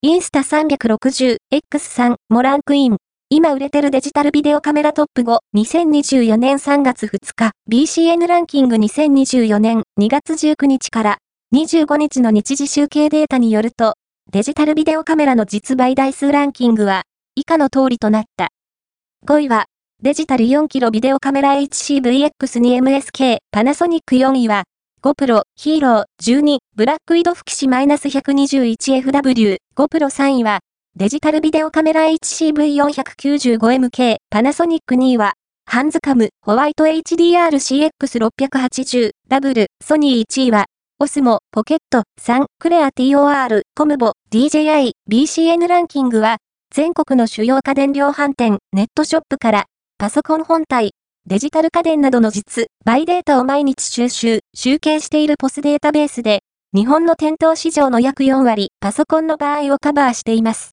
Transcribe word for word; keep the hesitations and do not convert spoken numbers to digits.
インスタ さんびゃくろくじゅうエックスさん もランクイン。今売れてるデジタルビデオカメラトップご、にせんにじゅうよねんさんがつふつか、ビーシーエヌ ランキングにせんにじゅうよねんにがつじゅうくにちからにじゅうごにちの日時集計データによると、デジタルビデオカメラの実売台数ランキングは、以下の通りとなった。ごいは、デジタル よんキロビデオカメラ エイチシーブイエックスにエムエスケー、パナソニックよんいは、GoPro、ヒーロー、じゅうに、ブラックウィドフキシ ひゃくにじゅういちエフダブリュー、GoPro さんいは、デジタルビデオカメラ エイチシーブイよんきゅうごエムケー、パナソニックにいは、ハンズカム、ホワイト エイチディーアールシーエックスろっぴゃくはちじゅう、ダブル、ソニーいちいは、オスモ、ポケット、さん、クレア ティーオーアール、コムボ、ディージェーアイ、ビーシーエヌ ランキングは、全国の主要家電量販店、ネットショップから、パソコン本体、デジタル家電などの実、売データを毎日収集、集計しているポスデータベースで、日本の店頭市場の約よんわり、パソコンの場合をカバーしています。